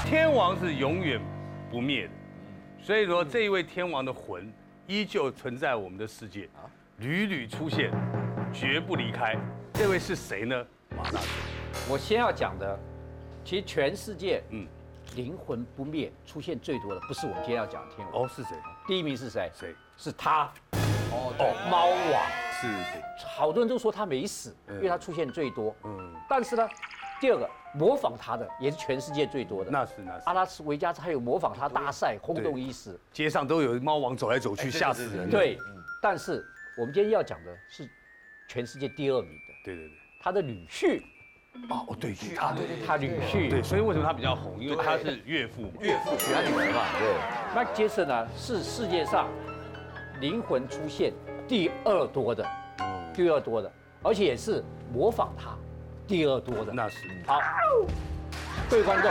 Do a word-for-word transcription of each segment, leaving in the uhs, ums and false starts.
天王是永远不灭的，所以说这一位天王的魂依旧存在我们的世界，屡屡出现，绝不离开。这位是谁呢？马大嘴。 我先要讲的，其实全世界， 嗯， 灵魂不灭出现最多的，不是我们今天要讲的天王。 哦，是谁？ 第一名是谁？ 谁？ 是他。 哦，对， 猫王。 是谁？ 好多人都说他没死，因为他出现最多。 嗯， 但是呢，第二个模仿他的也是全世界最多的。 那是那是。 阿拉斯维加斯还有模仿他大赛，轰动一时， 街上都有猫王走来走去，吓死人。 对，但是我们今天要讲的是全世界第二名的， 对对对， 他的女婿。 哦对，他对对，他女婿。 对，所以为什么他比较红？因为他是岳父嘛， 岳父娶他女儿嘛，对。 Mike Jackson 呢是世界上灵魂出现第二多的，第二多的，而且也是模仿他第二多的。 那是。 好，各位观众，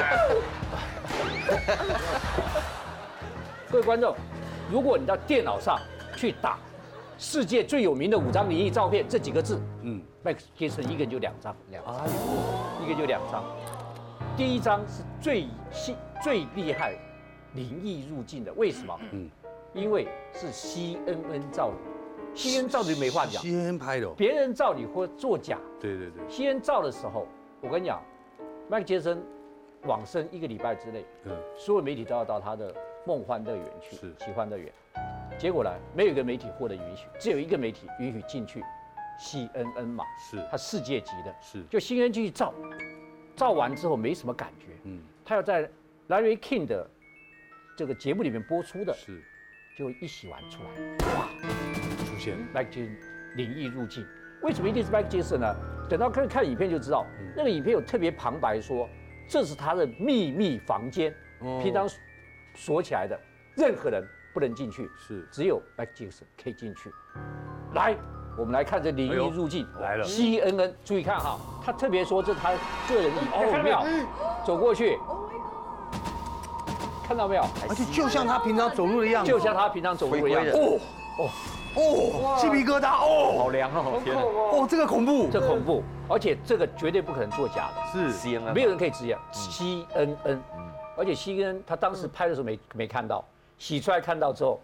各位观众，如果你到电脑上去打“世界最有名的五张灵异照片”这几个字，嗯 ，Mike Jackson 一个人就两张，两张，一个就两张。第一张是最细最厉害灵异入境的，为什么？嗯，因为是 C N N 照你 ，C N N 照你没话讲 ，C N N 拍的， 别人照你或作假。 对对对 ，C N N 照的时候，我跟你讲，Mike Jackson往生一个礼拜之内，嗯，所有媒体都要到他的梦幻乐园去， 是奇幻乐园。结果呢，没有一个媒体获得允许，只有一个媒体允许进去 ，C N N 嘛， 是， 它世界级的， 是， 就 C N N 进去照，照完之后没什么感觉，嗯，他要在 Larry King 的这个节目里面播出的， 是， 就一洗完出来，哇， 出现 Mike Jackson 灵异入境，为什么一定是 Mike Jackson 呢？等到看看影片就知道，那个影片有特别旁白说，这是他的秘密房间，平常锁起来的，任何人不能进去， 是， 只有 Mike Jackson 可以进去。来，我们来看这灵异入境来了 ，C N N， 注意看哈，他特别说这是他个人隐，看到没有？走过去，看到没有？ 而且就像他平常走路的样子， 就像他平常走路的样子。 哦哦哦，鸡皮疙瘩哦， 好凉哦，天哪！ 哦，这个恐怖， 这恐怖，而且这个绝对不可能作假的， 是 C N N， 没有人可以质疑 C N N， 而且 C N N 他当时拍的时候没没看到，洗出来看到之后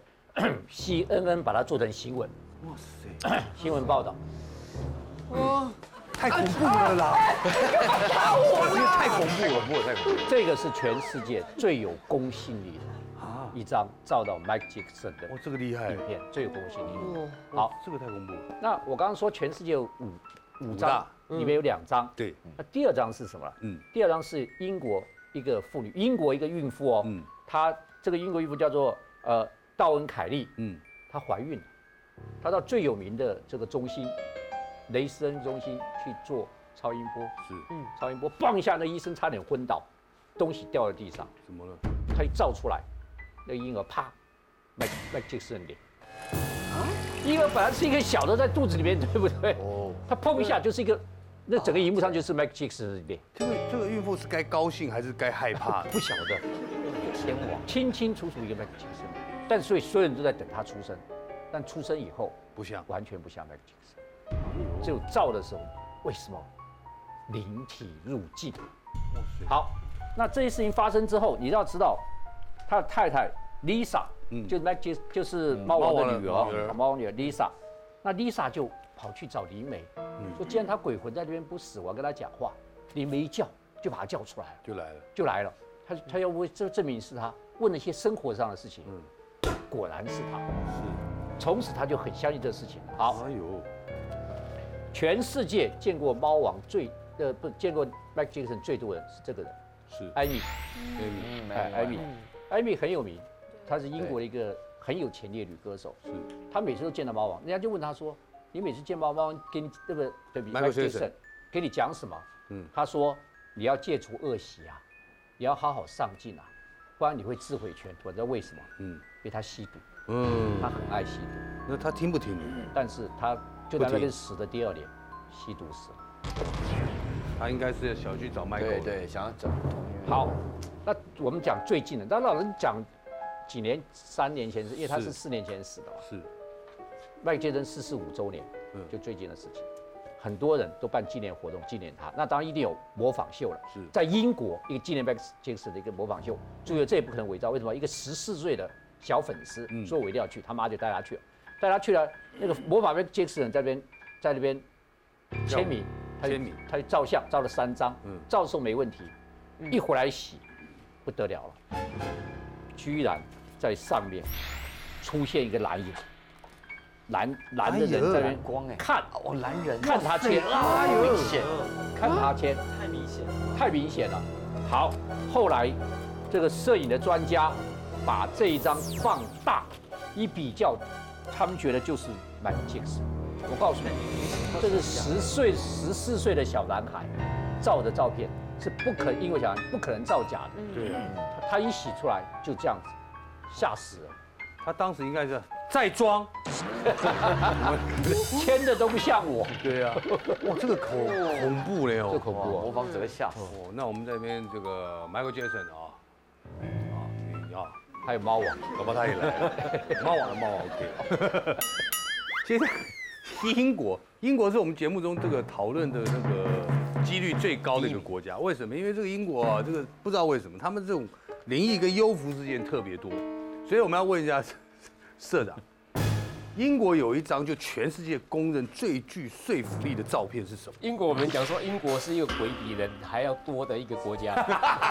，C N N 把它做成新闻，哇塞，新闻报道， 哇，太恐怖了啦！我觉得太恐怖了， 恐怖太恐怖。 这个是全世界最有公信力的啊一张照到 Mike Jackson 的， 哦，这个厉害， 影片最有公信力。 好，这个太恐怖。 那我刚刚说全世界有五五张，里面有两张， 对， 那第二张是什么？嗯，第二张是英国一个妇女，英国一个孕妇哦，嗯，她这个英国孕妇叫做呃道恩凯利，嗯，她怀孕了，她到最有名的这个中心，雷斯恩中心去做超音波， 是， 嗯，超音波，嘣一下，那医生差点昏倒，东西掉在地上， 怎么了？ 他一照出来，那个婴儿啪，Mike Mike Jackson 脸，婴儿本来是一个小的在肚子里面，对不对？哦，他碰一下就是一个。那整个荧幕上就是 Mike Jackson 的脸。 这个这个孕妇是该高兴还是该害怕？ 不晓得， 天王清清楚楚一个 Mike Jackson， 但所以所有人都在等他出生，但出生以后不像， 完全不像 Mike Jackson。只有照的时候，为什么灵体入境？好，那这些事情发生之后，你要知道，他的太太 Lisa， 嗯，就是 Mike Jackson， 就是猫王的女儿，猫王女儿 Lisa， 那 Lisa 就跑去找灵媒。说既然他鬼魂在这边不死，我要跟他讲话。灵媒一叫，就把他叫出来了， 就来了， 就来了。他他要问，这证明是他问了一些生活上的事情，嗯，果然是他，是。从此他就很相信这个事情。好，哎呦，全世界见过猫王最呃不见过 Mike Jackson 最多的人是这个人， 是艾米， 艾米， 哎，艾米，艾米很有名，她是英国的一个很有潜力的女歌手，是。她每次都见到猫王，人家就问她说。你每次见猫猫给你对不对？对比 Mike Jackson 给你讲什么？嗯，他说你要戒除恶习啊，你要好好上进啊，不然你会自毁前途。你知道为什么？嗯，因为他吸毒，嗯，他很爱吸毒。 那他听不听？ 但是他就在那边死的第二年，吸毒死了。 他应该是想去找 Michael。 对对，想要找。 好，那我们讲最近的，但老人讲几年，三年前是，因为他是四年前死的嘛。 是。 麦杰森逝世五周年，就最近的事情。 很多人都办纪念活动纪念他。那当然一定有模仿秀了。 是在英国一个纪念 Michael Jackson 的一个模仿秀，注意这也不可能伪造，为什么？一个十四岁的小粉丝说我一定要去，他妈就带他去了，带他去了那个模仿 Michael Jackson 在那边在那边签名，他就他就照相，照了三张，照的时候没问题，一回来洗不得了了，居然在上面出现一个蓝影。蓝蓝的人在那边光哎， 看哦，蓝人看他签， 啊，明显， 看他签， 太明显了， 太明显了。好，后来这个摄影的专家把这一张放大一比较，他们觉得就是Michael Jackson。我告诉你，这是十岁、十四岁的小男孩照的照片，是不可因为小孩不可能造假的。 对， 他一洗出来就这样子，吓死了。 他当时应该是在装， 签的都不像我。 对啊，哇，这个恐恐怖了哦， 这恐怖模仿者会吓死。 哦，那我们这边这个 Michael Jackson 啊，啊，你啊， 还有猫王， 搞不好他也来了，猫王的猫王 OK。现在英国，英国是我们节目中这个讨论的那个几率最高的一个国家，为什么？因为这个英国啊，这个不知道为什么，他们这种灵异跟幽浮事件特别多。所以我们要问一下社长，英国有一张就全世界公认最具说服力的照片是什么？ 英国我们讲说，英国是一个鬼比人还要多的一个国家。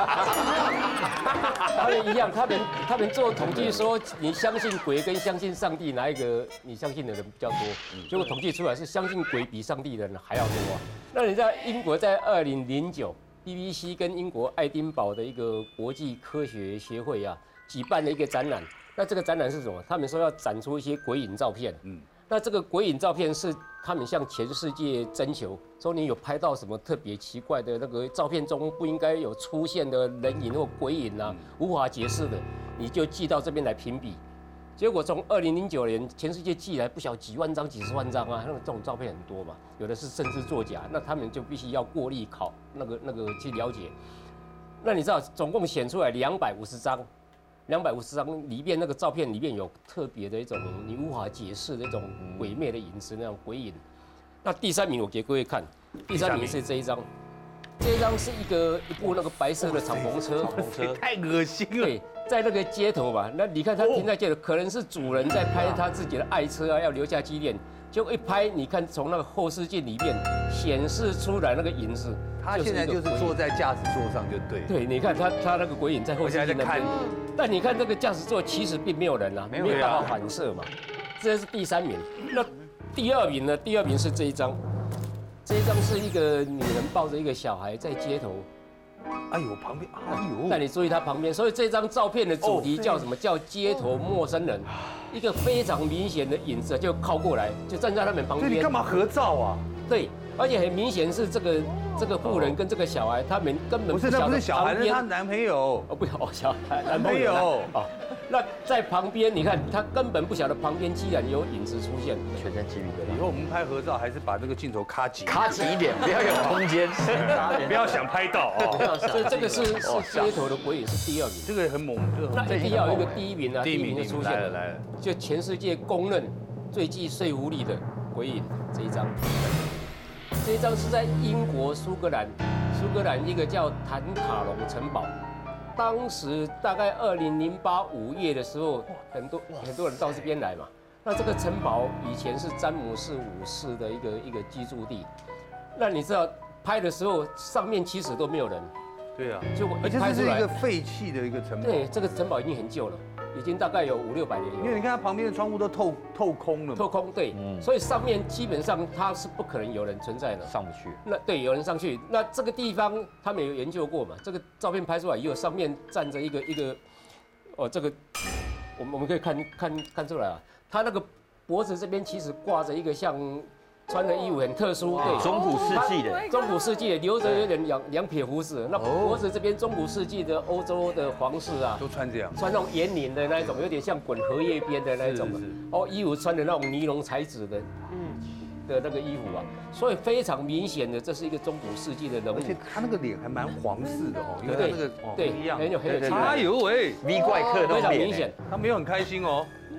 他们一样，他们他们做统计说，你相信鬼跟相信上帝哪一个你相信的人比较多？结果统计出来是相信鬼比上帝的人还要多啊。那你在英国在二零零九 B B C 跟英国爱丁堡的一个国际科学协会啊。举办了一个展览，那这个展览是什么？他们说要展出一些鬼影照片。嗯，那这个鬼影照片是他们向全世界征求，说你有拍到什么特别奇怪的那个照片中不应该有出现的人影或鬼影啊，无法解释的，你就寄到这边来评比。结果从二零零九年，全世界寄来不晓几万张、几十万张啊，那个这种照片很多嘛，有的是甚至作假，那他们就必须要过滤考那个那个去了解。那你知道总共选出来两百五十张。两百五十张里面那个照片里面有特别的一种你无法解释的一种鬼魅的影子，那种鬼影。那第三名我给各位看，第三名是这一张，这一张是一个一部那个白色的敞篷车， 敞篷车太恶心了。 对，在那个街头嘛，那你看他停在街头，可能是主人在拍他自己的爱车啊，要留下纪念。就一拍，你看从那个后视镜里面显示出来那个影子， 他现在就是坐在驾驶座上就对。 对，你看他他那个鬼影在后视镜那边，但你看这个驾驶座其实并没有人啊，没有办法反射嘛。这是第三名，那第二名呢？第二名是这一张，这一张是一个女人抱着一个小孩在街头。 哎呦，旁边，哎呦， 但你注意他旁边，所以这张照片的主题叫什么？叫街头陌生人，一个非常明显的影子就靠过来，就站在他们旁边。 所以你干嘛合照啊？ 对，而且很明显是这个这个妇人跟这个小孩，他们根本不是，那不是小孩，那是她男朋友。 哦，不，哦，小孩男朋友。 哦，那在旁边，你看他根本不晓得旁边既然有影子出现， 全身鸡皮疙瘩。 以后我们拍合照还是把这个镜头卡紧， 卡紧一点，不要有空间， 不要想拍到哦。 所以这个是是街头的鬼影是第二名， 这个很猛，这个那一定要有一个第一名啊， 第一名就出现了，来了， 就全世界公认最具说服力的鬼影这一张。这一张是在英国苏格兰，苏格兰一个叫坦塔隆城堡。当时大概二零零八五月的时候，很多很多人到这边来嘛。那这个城堡以前是詹姆士五世的一个一个居住地。那你知道拍的时候上面其实都没有人。 对啊， 就我而且这是一拍出来， 一个废弃的一个城堡。 对，这个城堡已经很旧了，已经大概有五六百年有了。 因为你看它旁边的窗户都透透空了嘛。 透空，对，所以上面基本上它是不可能有人存在的， 上不去。 那对，有人上去，那这个地方他们有研究过嘛？这个照片拍出来以后，上面站着一个一个，哦，这个我们我们可以看看看出来啊，他那个脖子这边其实挂着一个像穿的衣服很特殊，对， 中古世纪的， 中古世纪的留着有点两两撇胡子，那脖子这边中古世纪的欧洲的皇室啊， 都穿这样， 穿那种圆领的那一种，有点像滚荷叶边的那一种，哦，衣服穿的那种尼龙材质的，嗯，的那个衣服啊，所以非常明显的，这是一个中古世纪的人物， 而且他那个脸还蛮皇室的哦，因为他那个对不一样， 很有很有气派， 哎呦喂 ，V 怪客那种脸， 非常明显， 他没有很开心哦。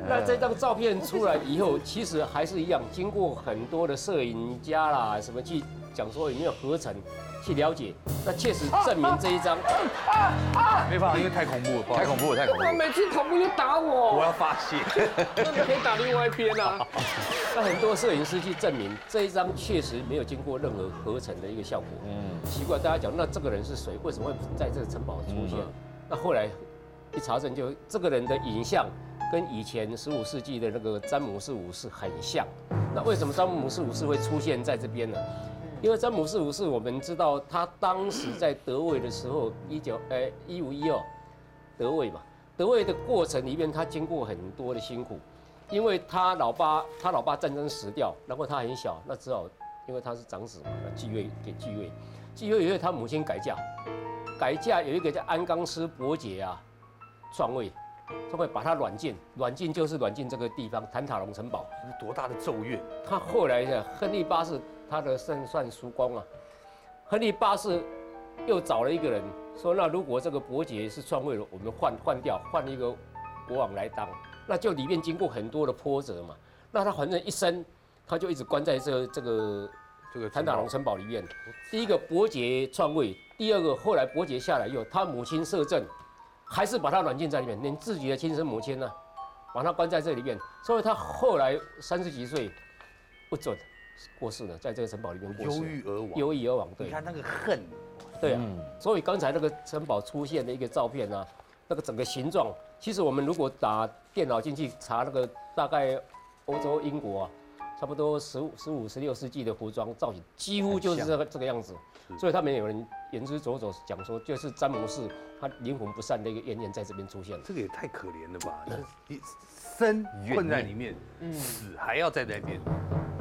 那这张照片出来以后，其实还是一样，经过很多的摄影家啦，什么去讲说有没有合成，去了解，那确实证明这一张。 没办法，因为太恐怖了，不好意思太恐怖了，太恐怖了。 我每次恐怖就打我， 我要发泄。 那你可以打另外一边啊。那很多摄影师去证明这一张确实没有经过任何合成的一个效果。嗯，奇怪，大家讲那这个人是谁？为什么会在这个城堡出现？那后来一查证，就这个人的影像跟以前十五世纪的那个詹姆士五世很像。那为什么詹姆士五世会出现在这边呢？因为詹姆士五世，我们知道他当时在得位的时候，一九呃一五一二得位嘛，得位的过程里面，他经过很多的辛苦，因为他老爸他老爸战争死掉，然后他很小，那只好因为他是长子嘛，继位给继位，继位以后他母亲改嫁，改嫁有一个叫安冈斯伯爵啊篡位，就会把他软禁，软禁就是软禁这个地方坦塔隆城堡。 多大的咒怨！ 他后来的亨利八世，他的胜算输光啊。亨利八世又找了一个人，说那如果这个伯爵是篡位了，我们换换掉，换一个国王来当。那就里面经过很多的波折嘛。那他反正一生，他就一直关在这这个这个坦塔隆城堡里面。第一个伯爵篡位，第二个后来伯爵下来以后，他母亲摄政。还是把他软禁在里面，连自己的亲生母亲呢，把他关在这里面，所以他后来三十几岁不准过世了，在这个城堡里面过世， 忧郁而亡， 忧郁而亡。对， 你看那个恨， 对啊，所以刚才那个城堡出现的一个照片啊，那个整个形状，其实我们如果打电脑进去查那个大概欧洲英国啊，差不多十五、十五、十六世纪的服装造型，几乎就是这个这个样子。所以他们有人言之凿凿讲说，就是詹姆士他灵魂不散的一个怨念在这边出现了。 这个也太可怜了吧！你生困在里面，死还要在那边，